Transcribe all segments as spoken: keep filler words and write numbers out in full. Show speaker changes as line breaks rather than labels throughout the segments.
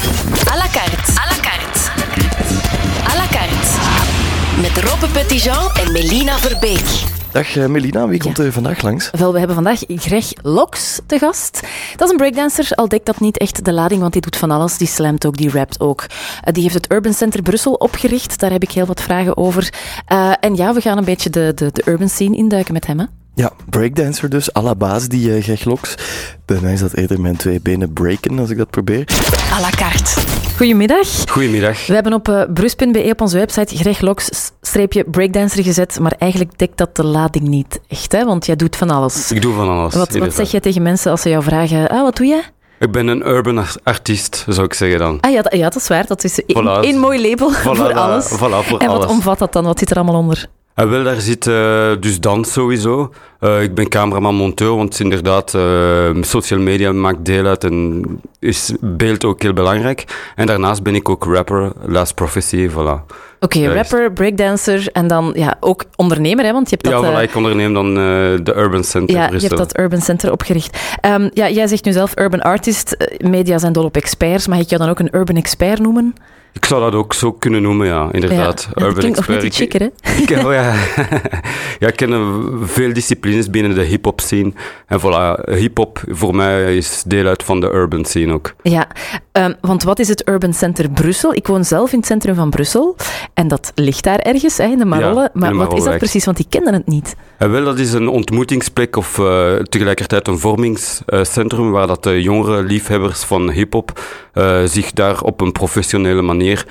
À la carte. À la carte. À la carte. Met Robbe Petitjean en Melina Verbeek.
Dag uh, Melina, wie komt er
ja.
vandaag langs?
Wel, we hebben vandaag Greg Loks te gast. Dat is een breakdancer, al dekt dat niet echt de lading, want die doet van alles. Die slamt ook, die rapt ook. Uh, die heeft het Urban Center Brussel opgericht. Daar heb ik heel wat vragen over. Uh, en ja, we gaan een beetje de, de, de urban scene induiken met hem, hè?
Ja, breakdancer dus, à la base, die uh, Greg Loks. Bij mij is dat eerder mijn twee benen breken, als ik dat probeer.
À la carte.
Goedemiddag.
Goedemiddag.
We hebben op uh, brus punt be op onze website Greg Loks streepje breakdancer gezet, maar eigenlijk dekt dat de lading niet echt, hè? Want jij doet van alles.
Ik doe van alles.
Wat, wat zeg jij tegen mensen als ze jou vragen, ah, wat doe jij?
Ik ben een urban artiest, zou ik zeggen dan.
Ah ja, dat, ja, dat is waar. Dat is één,
Voilà.
één mooi label
Voilà,
voor alles.
Voilà, voor
en wat
alles.
omvat dat dan? Wat zit er allemaal onder?
En wel, daar zit uh, dus dans sowieso. Uh, ik ben cameraman, monteur, want inderdaad, uh, social media maakt deel uit en is beeld ook heel belangrijk. En daarnaast ben ik ook rapper, Last Prophecy, voilà.
Oké, okay, rapper, breakdancer en dan ja, ook ondernemer, hè, want je hebt dat...
Ja, voilà,
uh,
ik onderneem dan uh, de Urban Center
Ja,
Brussel.
je hebt dat Urban Center opgericht. Um, ja, jij zegt nu zelf urban artist, media zijn dol op experts, mag ik jou dan ook een urban expert noemen?
Ik zou dat ook zo kunnen noemen, ja, inderdaad.
Ja, dat
urban
klinkt nog
expert.
net iets chiquer, hè?
Ik, ik, oh ja. ja, ik ken veel disciplines binnen de hip-hop scene. En voilà, hip-hop voor mij is deel uit van de urban scene ook.
Ja, um, want wat is het Urban Center Brussel? Ik woon zelf in het centrum van Brussel en dat ligt daar ergens, hè, in de Marolle.
Ja,
maar
de
wat is dat precies? Want die kenden het niet.
En wel, dat is een ontmoetingsplek of uh, tegelijkertijd een vormingscentrum uh, waar dat de jongere liefhebbers van hip-hop uh, zich daar op een professionele manier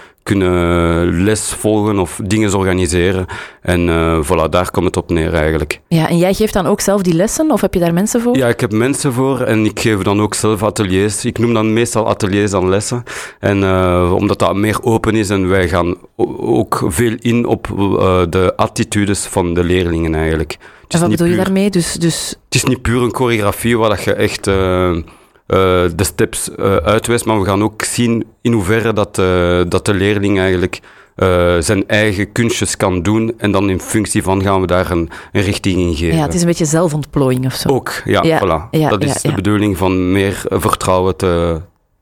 kunnen les volgen of dingen organiseren. En uh, voilà, daar komt het op neer eigenlijk.
Ja, en jij geeft dan ook zelf die lessen of heb je daar mensen voor?
Ja, ik heb mensen voor en ik geef dan ook zelf ateliers. Ik noem dan meestal ateliers dan lessen. En uh, omdat dat meer open is en wij gaan ook veel in op uh, de attitudes van de leerlingen eigenlijk.
En wat bedoel
puur,
je daarmee? Dus, dus...
Het is niet puur een choreografie waar dat je echt... Uh, Uh, de steps uh, uitwijst, maar we gaan ook zien in hoeverre dat, uh, dat de leerling eigenlijk uh, zijn eigen kunstjes kan doen en dan in functie van gaan we daar een, een richting in geven.
Ja, het is een beetje zelfontplooiing of zo.
Ook, ja,
ja
voilà.
Ja,
dat is
ja,
de
ja.
bedoeling van meer vertrouwen te,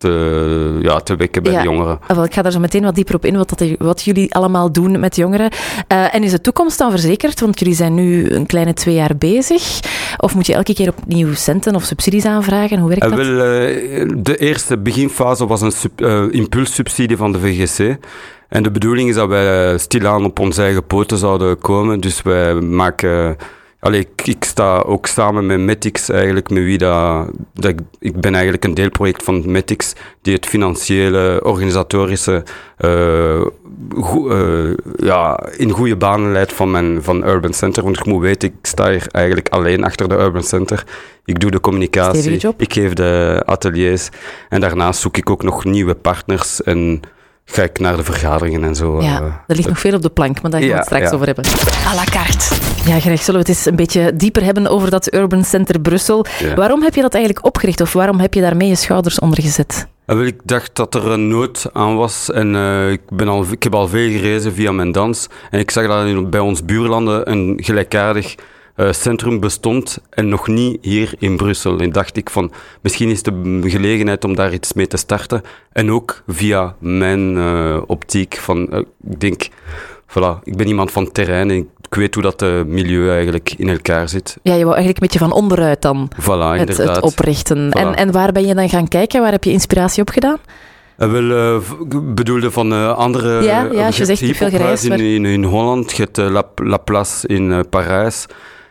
te, ja, te wekken bij
ja.
de jongeren.
Wel, ik ga daar zo meteen wat dieper op in, wat, dat, wat jullie allemaal doen met jongeren. Uh, en is de toekomst dan verzekerd? Want jullie zijn nu een kleine twee jaar bezig. Of moet je elke keer opnieuw centen of subsidies aanvragen? Hoe werkt
En
dat?
wel, uh, de eerste beginfase was een sub, uh, impulssubsidie van de V G C. En de bedoeling is dat wij stilaan op onze eigen poten zouden komen. Dus wij maken... Allee, ik, ik sta ook samen met Metix eigenlijk, met wie dat, dat... Ik ben eigenlijk een deelproject van Metix, die het financiële, organisatorische... Uh, go, uh, ja, in goede banen leidt van mijn van Urban Center. Want ik moet weten, ik sta hier eigenlijk alleen achter de Urban Center. Ik doe de communicatie, ik geef de ateliers. En daarnaast zoek ik ook nog nieuwe partners en... ga ik naar de vergaderingen en zo.
Ja, er ligt uh, nog veel op de plank, maar daar gaan we
ja,
het straks
ja.
over hebben.
À la carte.
Ja, Greg, zullen we het eens een beetje dieper hebben over dat Urban Center Brussel. Ja. Waarom heb je dat eigenlijk opgericht of waarom heb je daarmee je schouders onder gezet?
Uh, ik dacht dat er een nood aan was en uh, ik, ben al, ik heb al veel gereisd via mijn dans. En ik zag dat in, bij ons buurlanden een gelijkaardig Uh, centrum bestond en nog niet hier in Brussel. En dacht ik van, misschien is het de gelegenheid om daar iets mee te starten. En ook via mijn uh, optiek van, uh, ik denk, voilà, ik ben iemand van terrein en ik weet hoe dat uh, milieu eigenlijk in elkaar zit.
Ja, je wou eigenlijk een beetje van onderuit dan
voilà,
het,
inderdaad.
het oprichten.
Voilà.
En, en waar ben je dan gaan kijken? Waar heb je inspiratie op gedaan?
Uh, wel, uh, bedoelde van uh, andere...
Ja, ja, als je zegt, je hebt veel gereisd.
In, in, in Holland, je hebt uh, La, La Place in uh, Parijs.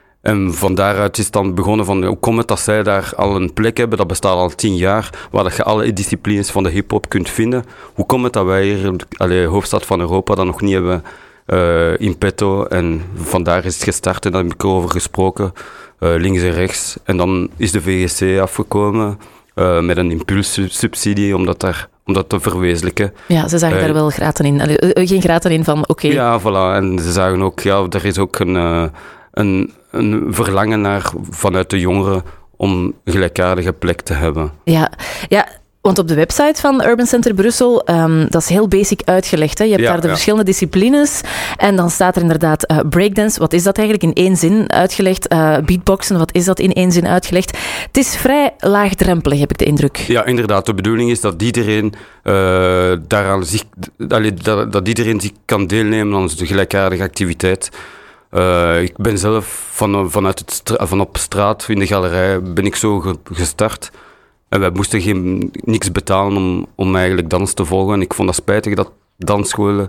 En van daaruit is het dan begonnen van, hoe komt het dat zij daar al een plek hebben, dat bestaat al tien jaar, waar dat je alle disciplines van de hip-hop kunt vinden. Hoe komt het dat wij hier, allee, hoofdstad van Europa, dat nog niet hebben uh, in petto? En vandaar is het gestart en daar heb ik over gesproken, uh, links en rechts. En dan is de V G C afgekomen uh, met een impulssubsidie, omdat daar... om dat te verwezenlijken.
Ja, ze zagen uh, daar wel graten in. Allee, uh, geen graten in van, oké. Okay.
Ja, voilà. En ze zagen ook, ja, er is ook een... Uh, Een, een verlangen naar vanuit de jongeren om een gelijkaardige plek te hebben.
Ja, ja, Want op de website van Urban Center Brussel, um, dat is heel basic uitgelegd. Hè? Je hebt
ja,
daar de
ja.
verschillende disciplines en dan staat er inderdaad uh, breakdance. Wat is dat eigenlijk in één zin uitgelegd? Uh, beatboxen, wat is dat in één zin uitgelegd? Het is vrij laagdrempelig, heb ik de indruk.
Ja, inderdaad. De bedoeling is dat iedereen, uh, daaraan zich, allee, dat, dat iedereen zich kan deelnemen aan de gelijkaardige activiteit. Uh, ik ben zelf van, vanuit het stra- van op straat in de galerij ben ik zo ge- gestart. En wij moesten geen, niks betalen om, om eigenlijk dans te volgen. En ik vond dat spijtig dat dansscholen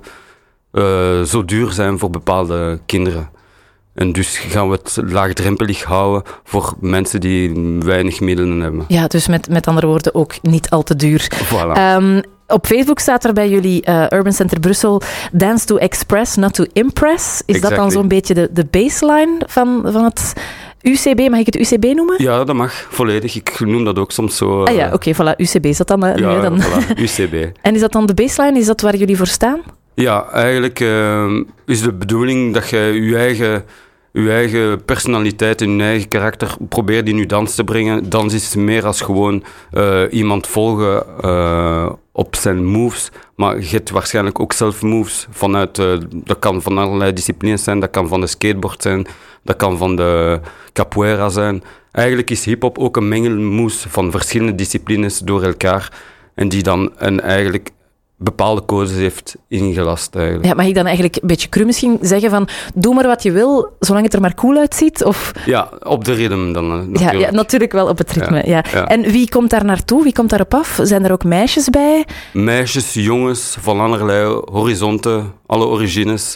uh, zo duur zijn voor bepaalde kinderen. En dus gaan we het laagdrempelig houden voor mensen die weinig middelen hebben.
Ja, dus met, met andere woorden ook niet al te duur.
Voilà.
Um, op Facebook staat er bij jullie uh, Urban Center Brussel Dance to Express, not to Impress. Is
exactly.
dat dan zo'n beetje de, de baseline van, van het U C B? Mag ik het U C B noemen?
Ja, dat mag, volledig. Ik noem dat ook soms zo. Uh,
ah ja, oké, okay, voilà, U C B is dat dan? Uh,
ja,
nu, dan?
voilà, U C B.
En is dat dan de baseline? Is dat waar jullie voor staan?
Ja, eigenlijk uh, is de bedoeling dat je je eigen, je eigen personaliteit en je eigen karakter probeert in je dans te brengen. Dans is meer als gewoon uh, iemand volgen uh, op zijn moves, maar je hebt waarschijnlijk ook zelf moves vanuit, uh, dat kan van allerlei disciplines zijn, dat kan van de skateboard zijn, dat kan van de capoeira zijn. Eigenlijk is hip-hop ook een mengelmoes van verschillende disciplines door elkaar en die dan een eigenlijk bepaalde codes heeft ingelast eigenlijk.
Ja, mag ik dan eigenlijk een beetje cru misschien zeggen van doe maar wat je wil, zolang het er maar cool uitziet? Of...
Ja, op de ritme dan natuurlijk.
Ja, ja, natuurlijk wel op het ritme. Ja. Ja.
Ja.
En wie komt daar naartoe? Wie komt daarop af? Zijn er ook meisjes bij?
Meisjes, jongens, van allerlei horizonten, alle origines.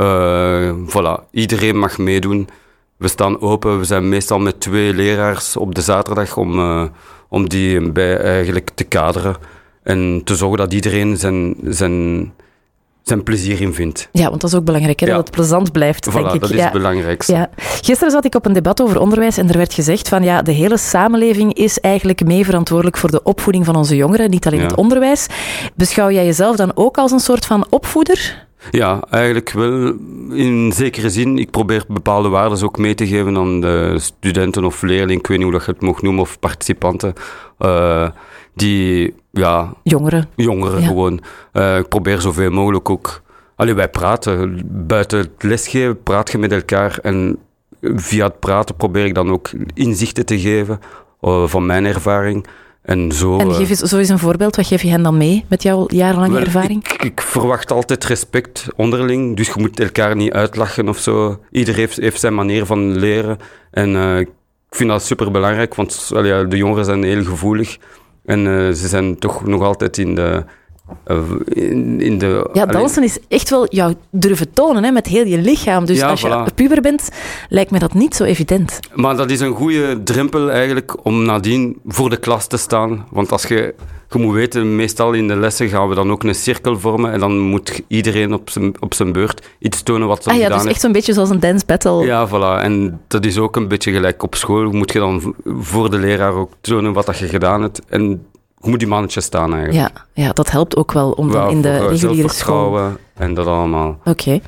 Uh, voilà, iedereen mag meedoen. We staan open, we zijn meestal met twee leraars op de zaterdag om, uh, om die bij eigenlijk te kaderen. En te zorgen dat iedereen zijn, zijn, zijn plezier in vindt.
Ja, want dat is ook belangrijk, hè,
ja.
dat het plezant blijft,
Voilà,
denk ik.
dat is
ja.
het belangrijkste.
Ja. Gisteren zat ik op een debat over onderwijs en er werd gezegd van ja, de hele samenleving is eigenlijk mee verantwoordelijk voor de opvoeding van onze jongeren, niet alleen
ja.
het onderwijs. Beschouw jij jezelf dan ook als een soort van opvoeder?
Ja, eigenlijk wel in zekere zin. Ik probeer bepaalde waarden ook mee te geven aan de studenten of leerlingen, ik weet niet hoe dat je het mag noemen, of participanten, uh, die, ja...
Jongeren.
Jongeren,
ja.
gewoon. Uh, ik probeer zoveel mogelijk ook... Allee, wij praten. Buiten het lesgeven praat je met elkaar en via het praten probeer ik dan ook inzichten te geven uh, van mijn ervaring. En, zo,
en geef eens, zo eens een voorbeeld, wat geef je hen dan mee met jouw jarenlange
wel,
ervaring?
Ik, ik verwacht altijd respect onderling, dus je moet elkaar niet uitlachen of zo. Iedereen heeft, heeft zijn manier van leren en uh, ik vind dat superbelangrijk, want allee, de jongeren zijn heel gevoelig en uh, ze zijn toch nog altijd in de... Uh, in, in de
ja, dansen allee. is echt wel jou durven tonen, hè, met heel je lichaam. Dus
ja,
als je
voilà.
puber bent, lijkt me dat niet zo evident.
Maar dat is een goede drempel eigenlijk om nadien voor de klas te staan. Want als je, je moet weten, meestal in de lessen gaan we dan ook een cirkel vormen en dan moet iedereen op zijn, op zijn beurt iets tonen wat ze
ah, ja,
gedaan
dus
heeft.
echt zo'n beetje zoals een dance battle.
Ja, voilà. En dat is ook een beetje gelijk op school. Moet je dan voor de leraar ook tonen wat dat je gedaan hebt. En je moet die mannetje staan eigenlijk.
Ja, ja, dat helpt ook wel om dan
ja,
in de reguliere school...
en dat allemaal.
Oké. Okay.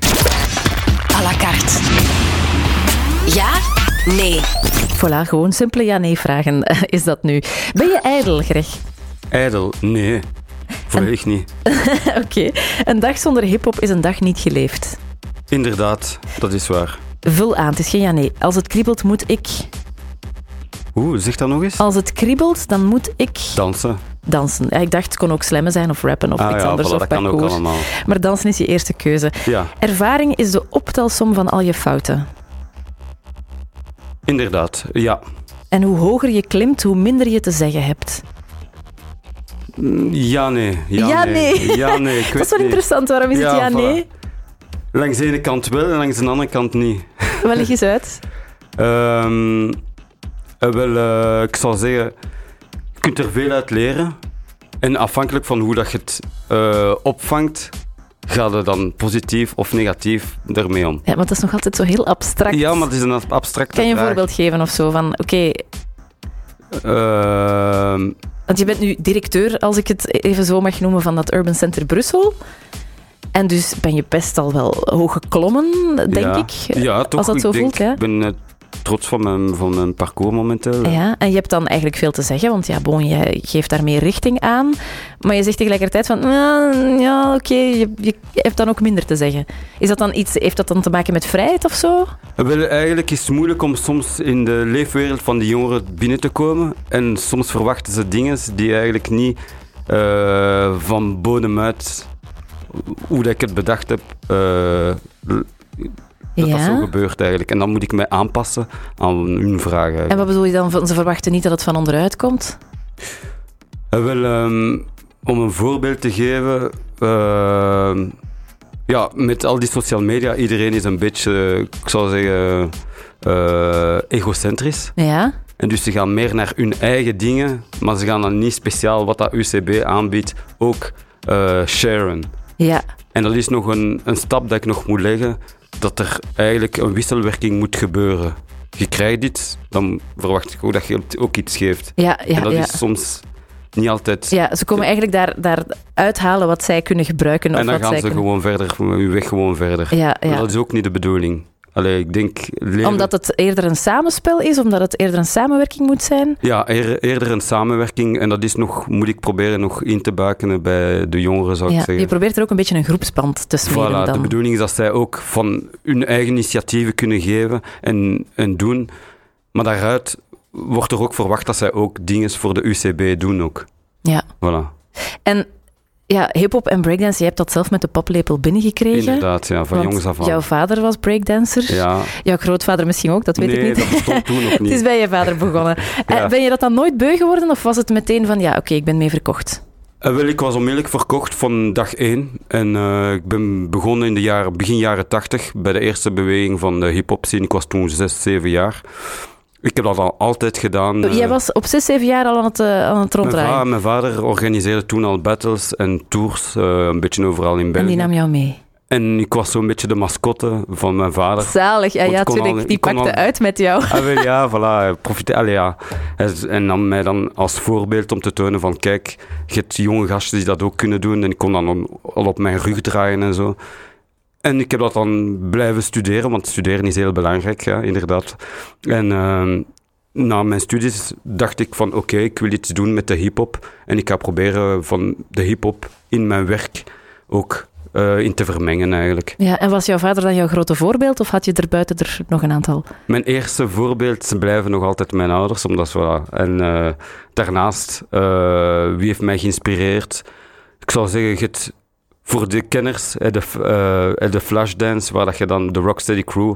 À la carte. Ja? Nee.
Voilà, gewoon simpele ja-nee vragen is dat nu. Ben je ijdel, Greg?
Ijdel? Nee. Volledig en... niet.
Oké. Okay. Een dag zonder hiphop is een dag niet geleefd.
Inderdaad, dat is waar.
Vul aan, het is geen ja-nee. Als het kriebelt, moet ik...
Oeh, zeg dat nog eens.
Als het kriebelt, dan moet ik...
Dansen.
Dansen. Ja, ik dacht, het kon ook slammen zijn of rappen of
ah,
iets
ja,
anders.
Voilà,
of
dat kan ook allemaal.
Maar dansen is je eerste keuze.
Ja.
Ervaring is de optelsom van al je fouten.
Inderdaad, ja.
En hoe hoger je klimt, hoe minder je te zeggen hebt.
Ja, nee. Ja,
ja,
nee.
nee.
Ja, nee. Ik
dat is wel
niet.
interessant. Waarom is
ja,
het ja,
voilà.
nee?
Langs de ene kant wel en langs de andere kant niet.
Wel, leg eens uit.
um, uh, wel, uh, ik zal zeggen, je kunt er veel uit leren. En afhankelijk van hoe dat je het uh, opvangt, gaat het dan positief of negatief ermee om.
Ja, maar dat is nog altijd zo heel abstract.
Ja, maar het is een abstracte
Kan je een
vraag.
voorbeeld geven of zo? Van, oké... Okay,
uh,
want je bent nu directeur, als ik het even zo mag noemen, van dat Urban Center Brussel. En dus ben je best al wel hoog geklommen, denk
ja,
ik.
Ja, toch.
Als dat
ik
zo
denk,
voelt, ja.
Ik ben uh, trots van mijn, van mijn parcours momenteel.
Ja, en je hebt dan eigenlijk veel te zeggen, want ja, bon, je geeft daar meer richting aan. Maar je zegt tegelijkertijd van, uh, ja, oké, okay, je, je hebt dan ook minder te zeggen. Is dat dan iets, heeft dat dan te maken met vrijheid of zo?
Wel, eigenlijk is het moeilijk om soms in de leefwereld van die jongeren binnen te komen. En soms verwachten ze dingen die eigenlijk niet uh, van bodem uit, hoe dat ik het bedacht heb, uh, dat ja. dat zo gebeurt eigenlijk. En dan moet ik mij aanpassen aan hun vragen. Eigenlijk.
En wat bedoel je dan van, ze verwachten niet dat het van onderuit komt?
Uh, wel, um, om een voorbeeld te geven... Uh, ja, met al die social media, iedereen is een beetje, ik zou zeggen, uh, egocentrisch.
Ja.
En dus ze gaan meer naar hun eigen dingen, maar ze gaan dan niet speciaal wat dat U C B aanbiedt ook uh, sharen.
Ja.
En dat is nog een, een stap dat ik nog moet leggen, dat er eigenlijk een wisselwerking moet gebeuren. Je krijgt iets, dan verwacht ik ook dat je ook iets geeft.
Ja, ja,
en dat
ja.
is soms niet altijd...
Ja, ze komen eigenlijk daar, daar uithalen wat zij kunnen gebruiken. Of
en dan
wat
gaan
zij
ze
kunnen...
gewoon verder, uw weg gewoon verder.
Ja, ja.
Dat is ook niet de bedoeling. Allee, ik denk... Leven...
Omdat het eerder een samenspel is? Omdat het eerder een samenwerking moet zijn?
Ja, eer, eerder een samenwerking. En dat is nog, moet ik proberen nog in te bakenen bij de jongeren, zou
ja,
ik zeggen.
Je probeert er ook een beetje een groepsband te smeden
voilà,
dan.
De bedoeling is dat zij ook van hun eigen initiatieven kunnen geven en, en doen. Maar daaruit wordt er ook verwacht dat zij ook dingen voor de U C B doen ook.
Ja.
Voilà.
En ja, hip-hop en breakdance, je hebt dat zelf met de paplepel binnengekregen.
Inderdaad, ja, van jongs af aan.
Jouw vader was breakdancer.
Ja.
Jouw grootvader misschien ook, dat weet
nee,
ik niet.
Nee, dat bestond toen nog niet.
Het is bij je vader begonnen. ja. Ben je dat dan nooit beu geworden of was het meteen van, ja, oké, okay, ik ben mee verkocht?
Uh, wel, ik was onmiddellijk verkocht van dag één. En uh, ik ben begonnen in de jaren, begin jaren tachtig bij de eerste beweging van de hip-hop scene. Ik was toen zes, zeven jaar. Ik heb dat al altijd gedaan.
Jij was op zes, zeven jaar al aan het, uh, aan het ronddraaien?
Mijn, va- mijn vader organiseerde toen al battles en tours, uh, een beetje overal in België.
En die nam jou mee?
En ik was zo'n beetje de mascotte van mijn vader.
Zalig, ja, ja tuurlijk. Die pakte al... uit met jou.
Ah, wel, ja, voilà. Profite, allez, ja. En nam mij dan als voorbeeld om te tonen van, kijk, je hebt jonge gasten die dat ook kunnen doen. En ik kon dan al op mijn rug draaien en zo. En ik heb dat dan blijven studeren, want studeren is heel belangrijk, ja, inderdaad. En uh, na mijn studies dacht ik van, oké, okay, ik wil iets doen met de hip-hop. En ik ga proberen van de hip-hop in mijn werk ook uh, in te vermengen, eigenlijk.
Ja, en was jouw vader dan jouw grote voorbeeld, of had je er buiten er nog een aantal?
Mijn eerste voorbeeld blijven nog altijd mijn ouders, omdat voilà. En uh, daarnaast, uh, wie heeft mij geïnspireerd? Ik zou zeggen, het... Voor de kenners, de, uh, de Flashdance, waar dat je dan de Rocksteady Crew,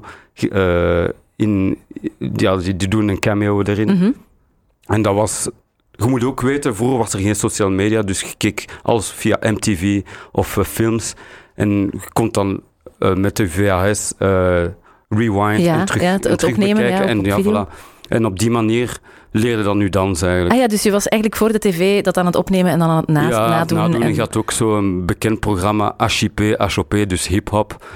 uh, in, ja, die, die doen een cameo erin.
Mm-hmm.
En dat was, je moet ook weten, vroeger was er geen social media, dus je keek alles via M T V of uh, films. En je kon dan uh, met de V H S uh, rewind
ja,
en terug,
ja, het,
en
het
terug
opnemen,
bekijken.
ja,
en,
op
ja,
video.
voilà. En op die manier leerde dan nu dansen eigenlijk.
Ah ja, dus je was eigenlijk voor de tv dat aan het opnemen en dan aan het na-
ja,
nadoen.
nadoen.
En
Je had ook zo'n bekend programma, H I P, H O P, dus hip-hop.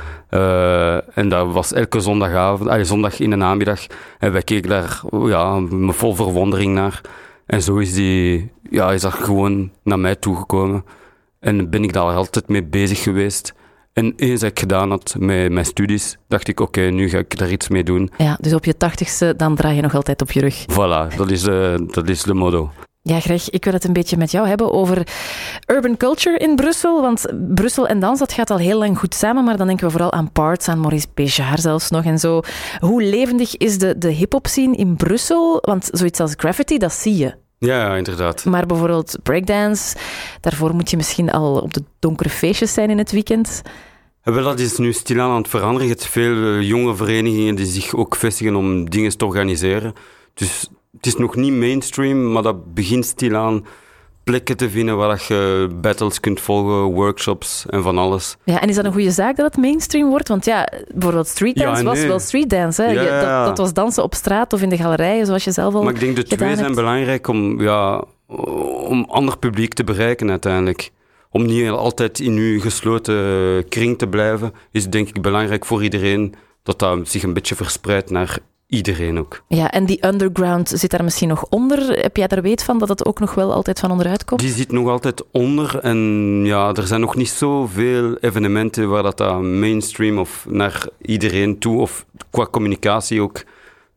Uh, en dat was elke zondagavond, allee, zondag in de namiddag. En wij keken daar ja, met vol verwondering naar. En zo is, die, ja, is dat gewoon naar mij toegekomen. En ben ik daar altijd mee bezig geweest. En eens dat ik gedaan had met mijn studies, dacht ik, oké, okay, nu ga ik daar iets mee doen.
Ja, dus op je tachtigste, dan draai je nog altijd op je rug.
Voilà, dat is, uh, dat is de motto.
Ja, Greg, ik wil het een beetje met jou hebben over urban culture in Brussel. Want Brussel en dans, dat gaat al heel lang goed samen. Maar dan denken we vooral aan Parts, aan Maurice Béjart zelfs nog en zo. Hoe levendig is de, de hip-hop scene in Brussel? Want zoiets als graffiti, dat zie je.
Ja, ja, inderdaad.
Maar bijvoorbeeld breakdance, daarvoor moet je misschien al op de donkere feestjes zijn in het weekend.
Wel, dat is nu stilaan aan het veranderen. Je hebt veel uh, jonge verenigingen die zich ook vestigen om dingen te organiseren. Dus het is nog niet mainstream, maar dat begint stilaan plekken te vinden waar je battles kunt volgen, workshops en van alles.
Ja, en is dat een goede zaak dat het mainstream wordt? Want ja, bijvoorbeeld streetdance
ja, nee.
was wel streetdance. Hè?
Ja,
Je, dat, dat was dansen op straat of in de galerijen, zoals je zelf al
Maar ik denk de twee zijn
hebt.
belangrijk om, ja, om ander publiek te bereiken uiteindelijk. Om niet altijd in uw gesloten kring te blijven, is denk ik belangrijk voor iedereen dat dat zich een beetje verspreidt naar iedereen ook.
Ja, en die underground zit daar misschien nog onder. Heb jij daar weet van, dat het ook nog wel altijd van onderuit komt?
Die zit nog altijd onder en ja, er zijn nog niet zoveel evenementen waar dat, dat mainstream of naar iedereen toe, of qua communicatie ook,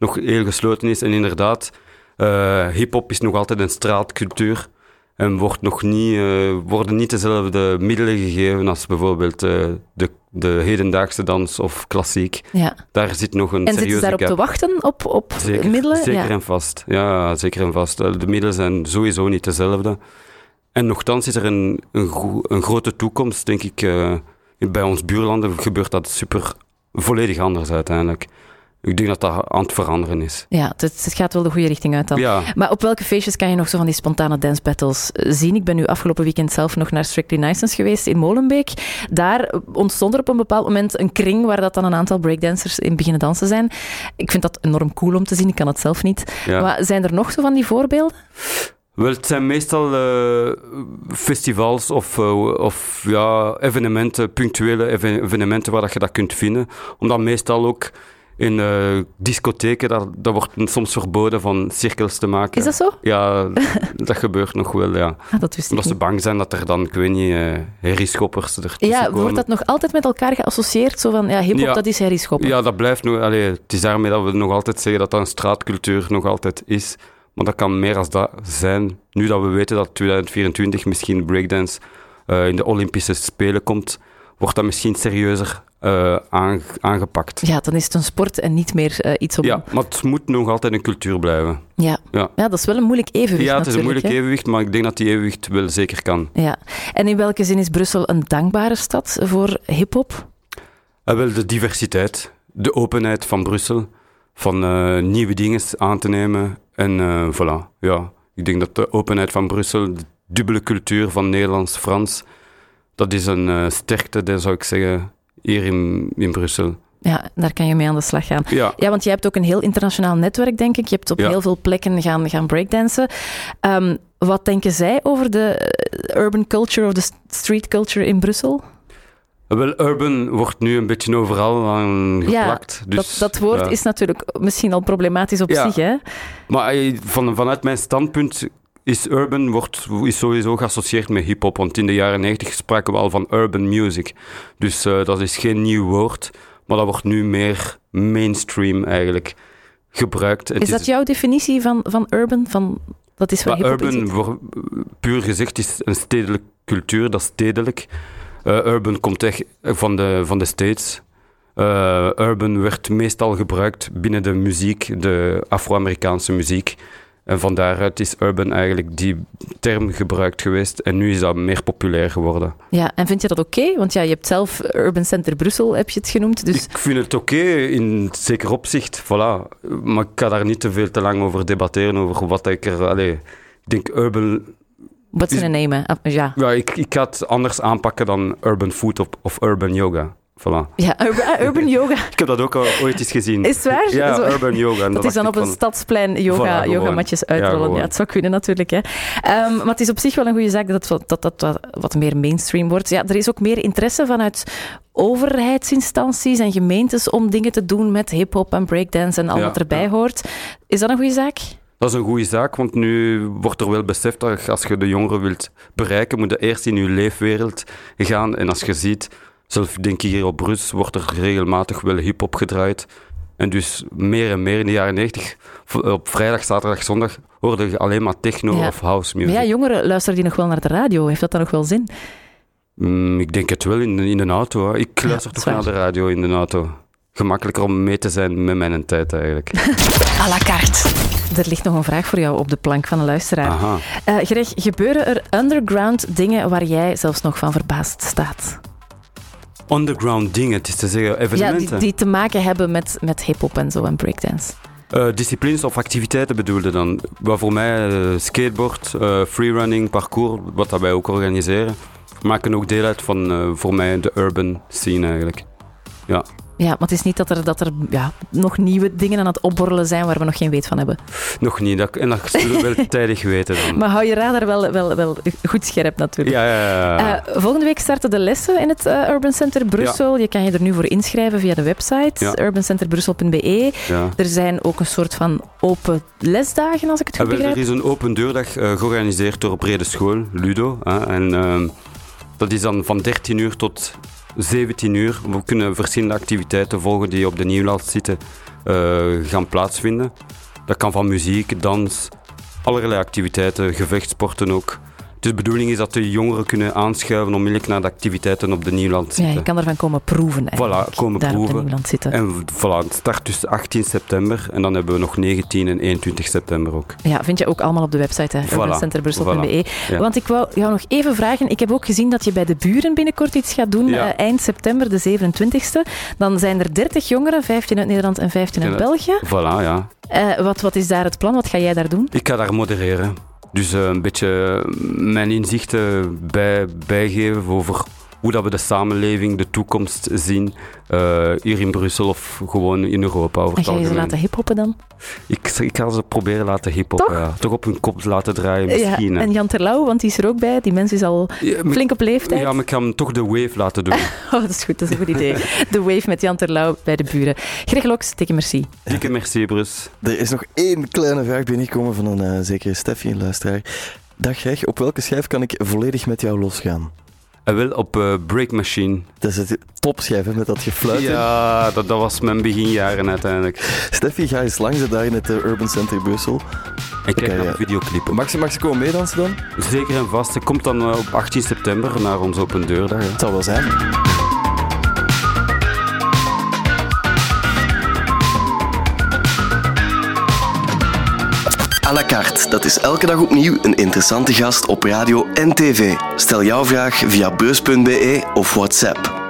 nog heel gesloten is. En inderdaad, uh, hip-hop is nog altijd een straatcultuur. En wordt nog niet, uh, worden niet dezelfde middelen gegeven als bijvoorbeeld uh, de, de hedendaagse dans of klassiek.
Ja.
Daar zit nog een
en
serieuze
zitten ze daarop
gap.
te wachten, op, op
zeker,
middelen?
Zeker
ja.
en vast. Ja, zeker en vast. De middelen zijn sowieso niet dezelfde. En nochtans is er een, een, gro- een grote toekomst, denk ik. Uh, bij ons buurlanden gebeurt dat super volledig anders uiteindelijk. Ik denk dat dat aan het veranderen is.
Ja, het, het gaat wel de goede richting uit dan.
Ja.
Maar op welke feestjes kan je nog zo van die spontane dance battles zien? Ik ben nu afgelopen weekend zelf nog naar Strictly Nicence geweest in Molenbeek. Daar ontstond er op een bepaald moment een kring waar dat dan een aantal breakdancers in beginnen dansen zijn. Ik vind dat enorm cool om te zien, ik kan het zelf niet.
Ja.
Maar zijn er nog zo van die voorbeelden?
Wel, het zijn meestal uh, festivals of, uh, of ja, evenementen, punctuele even- evenementen waar dat je dat kunt vinden. Omdat meestal ook in uh, discotheken, daar, daar wordt soms verboden van cirkels te maken.
Is dat zo?
Ja, dat gebeurt nog wel, ja.
Ah, dat wist ik
Omdat ze
niet.
bang zijn dat er dan, ik weet niet, uh, herrieschoppers ertussen
Ja,
komen.
wordt dat nog altijd met elkaar geassocieerd? Zo van, ja, hiphop,
Ja.
dat is herrieschoppen.
Ja, dat blijft nog... Allee, het is daarmee dat we nog altijd zeggen dat dat een straatcultuur nog altijd is. Maar dat kan meer als dat zijn. Nu dat we weten dat twintig vierentwintig misschien breakdance uh, in de Olympische Spelen komt, wordt dat misschien serieuzer uh, aange- aangepakt.
Ja, dan is het een sport en niet meer uh, iets om...
Ja, maar het moet nog altijd een cultuur blijven.
Ja.
Ja.
Ja, dat is wel een moeilijk evenwicht
Ja, het is een
natuurlijk,
moeilijk
hè.
evenwicht, maar ik denk dat die evenwicht wel zeker kan.
Ja. En in welke zin is Brussel een dankbare stad voor hiphop?
En wel de diversiteit, de openheid van Brussel, van uh, nieuwe dingen aan te nemen. En uh, voilà, ja. Ik denk dat de openheid van Brussel, de dubbele cultuur van Nederlands-Frans, dat is een uh, sterkte, dat zou ik zeggen, hier in, in Brussel.
Ja, daar kan je mee aan de slag gaan.
Ja,
Ja, want jij hebt ook een heel internationaal netwerk, denk ik. Je hebt op
Ja.
heel veel plekken gaan, gaan breakdansen. Um, wat denken zij over de uh, urban culture of de st- street culture in Brussel?
wel, urban wordt nu een beetje overal aan geplakt.
Ja,
dus,
dat, dat woord
ja.
is natuurlijk misschien al problematisch op
Ja.
zich, hè?
Maar eh, van, vanuit mijn standpunt is urban wordt, is sowieso geassocieerd met hip-hop. Want in de jaren negentig spraken we al van urban music. Dus uh, dat is geen nieuw woord, maar dat wordt nu meer mainstream eigenlijk gebruikt. Het
Is dat jouw definitie van, van urban? Van, dat is waar
maar
hip-hop in
urban,
zit?
voor, puur gezegd, is een stedelijke cultuur, dat is stedelijk. Uh, urban komt echt van de, van de States. Uh, urban werd meestal gebruikt binnen de muziek, de Afro-Amerikaanse muziek. En van daaruit is urban eigenlijk die term gebruikt geweest. En nu is dat meer populair geworden.
Ja, en vind je dat oké? Want ja, je hebt zelf Urban Center Brussel, heb je het genoemd. Dus
Ik vind het oké, in zeker opzicht. Voilà. Maar ik ga daar niet te veel te lang over debatteren, over wat ik er... Allee, ik denk urban...
wat zijn nemen? Ah, ja,
Ja, ik, ik ga het anders aanpakken dan urban food of, of urban yoga. Voilà.
ja urban, ah, urban yoga.
Ik heb dat ook al ooit eens gezien.
Is het waar?
Ja,
Zo-
urban yoga. En
Dat is dan op
dacht
een
ik van,
stadsplein yoga,
Voilà, gewoon.
yogamatjes
Ja,
uitrollen. Ja,
gewoon.
het zou kunnen natuurlijk. Hè. Um, maar het is op zich wel een goede zaak dat dat, dat, dat wat, wat meer mainstream wordt. Ja, er is ook meer interesse vanuit overheidsinstanties en gemeentes om dingen te doen met hip-hop en breakdance en al
Ja,
wat erbij
ja.
hoort. Is dat een goede zaak?
Dat is een goede zaak, want nu wordt er wel beseft dat als je de jongeren wilt bereiken, moet je eerst in je leefwereld gaan. En als je ziet, zelf denk ik hier op Brus, wordt er regelmatig wel hip-hop gedraaid. En dus meer en meer in de jaren negentig, op vrijdag, zaterdag, zondag, hoorde je alleen maar techno
Ja.
of house
Maar
music.
ja, jongeren luisteren die nog wel naar de radio. Heeft dat dan nog wel zin?
Mm, ik denk het wel in, in de auto. Hè. Ik
Ja,
luister
dat
toch
is
naar de radio in de auto. Gemakkelijker om mee te zijn met mijn tijd eigenlijk.
À la carte.
Er ligt nog een vraag voor jou op de plank van een luisteraar.
Aha.
Uh, Greg, gebeuren er underground dingen waar jij zelfs nog van verbaasd staat?
Underground dingen, het is te zeggen
Ja,
evenementen.
die, die te maken hebben met, met hip-hop en zo en breakdance.
Uh, disciplines of activiteiten bedoelde dan. Wat voor mij uh, skateboard, uh, freerunning, parcours, wat dat wij ook organiseren, maken ook deel uit van uh, voor mij de urban scene eigenlijk. Ja.
Ja, maar het is niet dat er, dat er ja, nog nieuwe dingen aan het opborrelen zijn waar we nog geen weet van hebben.
Nog niet, dat, en dat zullen we wel tijdig weten dan.
Maar hou je radar wel, wel, wel goed scherp natuurlijk.
Ja, ja, ja. ja.
Uh, volgende week starten de lessen in het uh, Urban Center Brussel. Je kan je er nu voor inschrijven via de website
Ja.
urban center brussel punt b e.
ja.
Er zijn ook een soort van open lesdagen, als ik het goed
Ah, wel,
begrijp.
er is een open deurdag uh, georganiseerd door Brede School, Ludo. Hè, en uh, dat is dan van dertien uur tot zeventien uur. We kunnen verschillende activiteiten volgen die op de Nieuwland zitten uh, gaan plaatsvinden. Dat kan van muziek, dans, allerlei activiteiten, gevechtsporten ook. Dus de bedoeling is dat de jongeren kunnen aanschuiven onmiddellijk naar de activiteiten op de Nieuwland zitten.
Ja, je kan ervan komen proeven eigenlijk.
Voilà, komen
daar
proeven.
op de Nieuwland zitten.
En voilà, het start dus achttien september en dan hebben we nog negentien en eenentwintig september ook.
Ja, vind je ook allemaal op de website,
Voilà,
urban center brussel punt b e.
Voilà, ja.
Want ik wou jou nog even vragen, ik heb ook gezien dat je bij de buren binnenkort iets gaat doen,
Ja.
uh, eind september, de zevenentwintigste. Dan zijn er dertig jongeren, vijftien uit Nederland en vijftien uit
Ja,
België.
Voilà, ja.
Uh, wat, wat is daar het plan? Wat ga jij daar doen?
Ik ga daar modereren. Dus uh, een beetje mijn inzichten bij, bijgeven over hoe dat we de samenleving, de toekomst zien, uh, hier in Brussel of gewoon in Europa. Over
En
het
ga je ze
algemeen.
laten hiphoppen dan?
Ik, ik ga ze proberen laten hiphoppen, ja. Toch op hun kop laten draaien misschien.
Ja,
hè.
en Jan Terlouw, want die is er ook bij. Die mens is al
Ja, maar-
flink op leeftijd.
Ja, maar ik ga hem toch de wave laten doen.
Oh, dat is goed, dat is een goed idee. De wave met Jan Terlouw bij de buren. Greg Loks, dikke merci.
Dikke merci, Brus.
Er is nog één kleine vraag binnengekomen van een uh, zekere Steffi, een luisteraar. Dag Greg, op welke schijf kan ik volledig met jou losgaan?
En wel op uh, Break Machine.
Dat is het topschijf, hè, met dat gefluit.
Ja, dat, dat was mijn beginjaren uiteindelijk.
Steffi, ga eens langs daar in het uh, Urban Center Brussel.
Ik kijk
Oké,
naar
ja.
de videoclip.
Mag ze, mag ze komen meedansen dan?
Zeker en vast. Ik komt dan uh, op achttien september naar onze open deurdag. Hè.
Het zal wel zijn. À la carte, dat is elke dag opnieuw een interessante gast op radio en tv. Stel jouw vraag via beurs punt b e of WhatsApp.